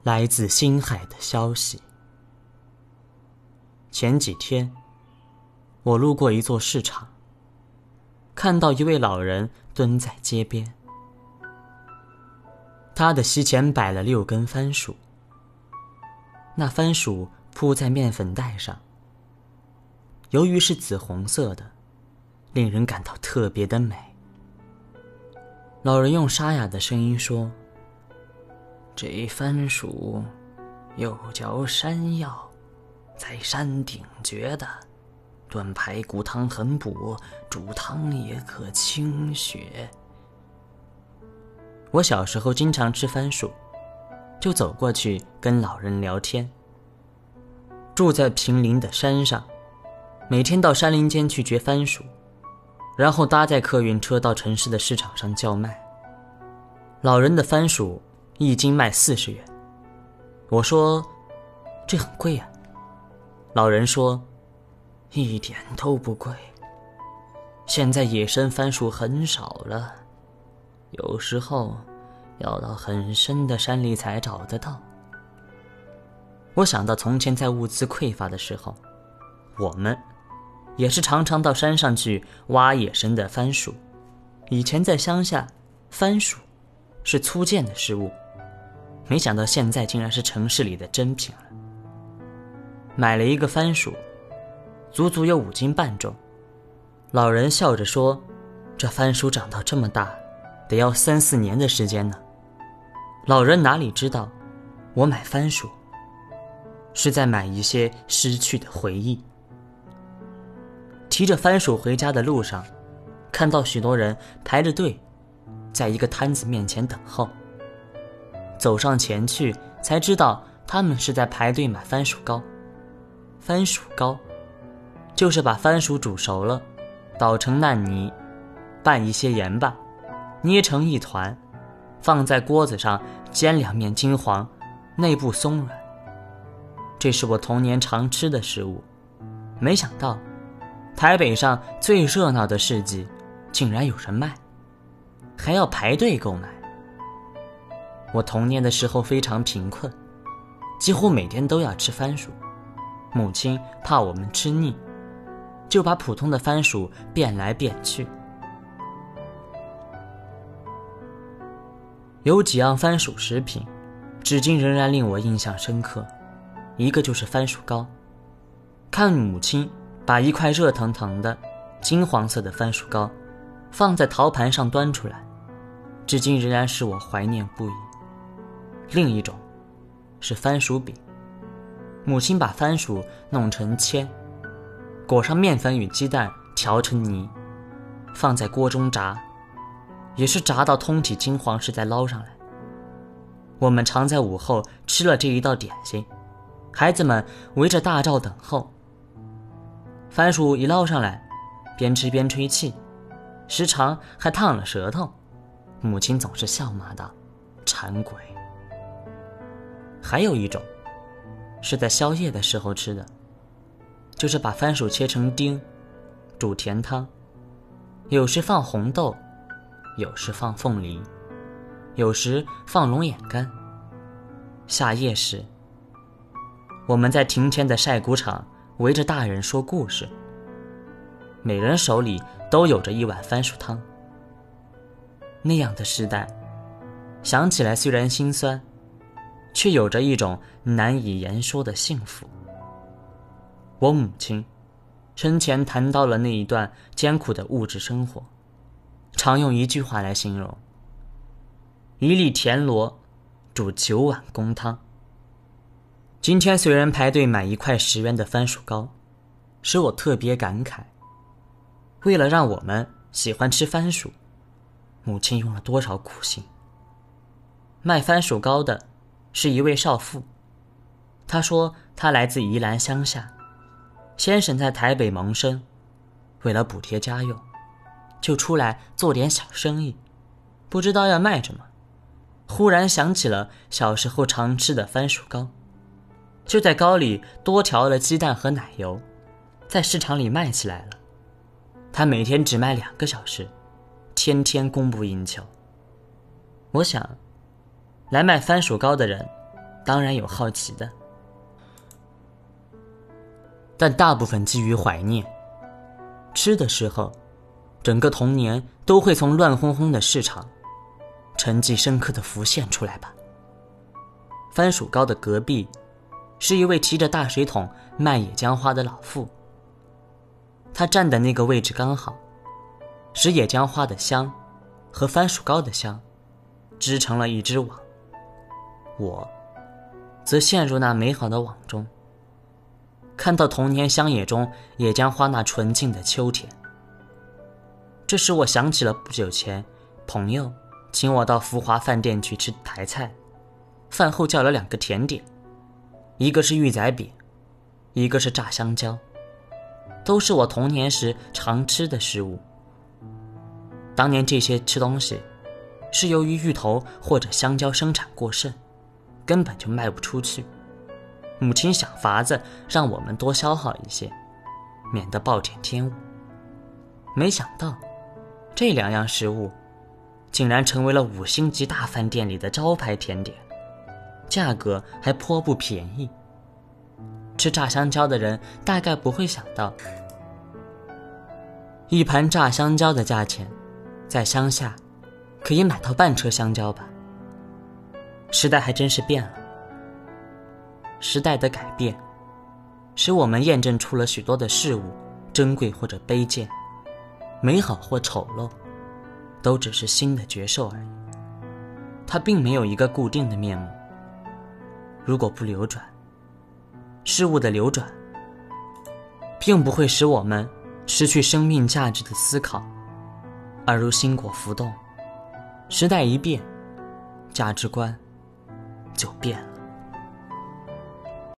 来自星海的消息。前几天，我路过一座市场，看到一位老人蹲在街边，他的膝前摆了6根番薯，那番薯铺在面粉袋上，由于是紫红色的，令人感到特别的美。老人用沙哑的声音说：“这番薯又叫山药，在山顶蕨的，炖排骨汤很补，煮汤也可清血。”我小时候经常吃番薯，就走过去跟老人聊天。住在平林的山上，每天到山林间去掘番薯，然后搭载客运车到城市的市场上叫卖。老人的番薯1斤卖40元，我说这很贵啊。老人说一点都不贵，现在野生番薯很少了，有时候要到很深的山里才找得到。我想到从前在物资匮乏的时候，我们也是常常到山上去挖野生的番薯。以前在乡下，番薯是粗贱的食物，没想到现在竟然是城市里的珍品了。买了一个番薯，足足有5斤半重。老人笑着说，这番薯长到这么大，得要3、4年的时间呢。老人哪里知道，我买番薯是在买一些失去的回忆。提着番薯回家的路上，看到许多人排着队在一个摊子面前等候。走上前去才知道他们是在排队买番薯糕。番薯糕就是把番薯煮熟了，捣成烂泥，拌一些盐巴，捏成一团，放在锅子上煎2面金黄，内部松软。这是我童年常吃的食物，没想到台北上最热闹的市集竟然有人卖，还要排队购买。我童年的时候非常贫困，几乎每天都要吃番薯，母亲怕我们吃腻，就把普通的番薯变来变去。有几样番薯食品至今仍然令我印象深刻，一个就是番薯糕。看母亲把一块热腾腾的金黄色的番薯糕放在陶盘上端出来，至今仍然使我怀念不已。另一种是番薯饼，母亲把番薯弄成签，裹上面粉与鸡蛋调成泥，放在锅中炸，也是炸到通体金黄时再捞上来。我们常在午后吃了这一道点心，孩子们围着大灶等候。番薯一捞上来，边吃边吹气，时常还烫了舌头，母亲总是笑骂道：“馋鬼。”还有一种是在宵夜的时候吃的，就是把番薯切成丁，煮甜汤，有时放红豆，有时放凤梨，有时放龙眼干。夏夜时，我们在庭前的晒谷场围着大人说故事，每人手里都有着一碗番薯汤。那样的时代，想起来虽然心酸，却有着一种难以言说的幸福。我母亲生前谈到了那一段艰苦的物质生活，常用一句话来形容：一粒田螺煮9碗公汤。今天虽然排队买一块10元的番薯糕，使我特别感慨，为了让我们喜欢吃番薯，母亲用了多少苦心。卖番薯糕的是一位少妇，她说她来自宜兰乡下，先生在台北谋生，为了补贴家用，就出来做点小生意，不知道要卖什么，忽然想起了小时候常吃的番薯糕，就在糕里多调了鸡蛋和奶油，在市场里卖起来了。他每天只卖2个小时，天天供不应求。我想，来卖番薯糕的人当然有好奇的，但大部分基于怀念。吃的时候，整个童年都会从乱哄哄的市场沉寂深刻地浮现出来吧。番薯糕的隔壁是一位提着大水桶卖野姜花的老妇，他站的那个位置刚好使野姜花的香和番薯糕的香织成了一只网，我则陷入那美好的网中，看到童年乡野中野姜花那纯净的秋天。这使我想起了不久前朋友请我到福华饭店去吃台菜，饭后叫了2个甜点，一个是玉仔饼，一个是炸香蕉，都是我童年时常吃的食物。当年这些吃东西是由于芋头或者香蕉生产过剩，根本就卖不出去，母亲想法子让我们多消耗一些，免得暴殄天物。没想到这2样食物竟然成为了5星级大饭店里的招牌甜点，价格还颇不便宜。吃炸香蕉的人大概不会想到，一盘炸香蕉的价钱在乡下可以买到半车香蕉吧。时代还真是变了，时代的改变使我们验证出了许多的事物珍贵或者卑贱，美好或丑陋，都只是新的觉受而已。它并没有一个固定的面目。如果不流转，事物的流转并不会使我们失去生命价值的思考，而如星果浮动，时代一变，价值观就变了。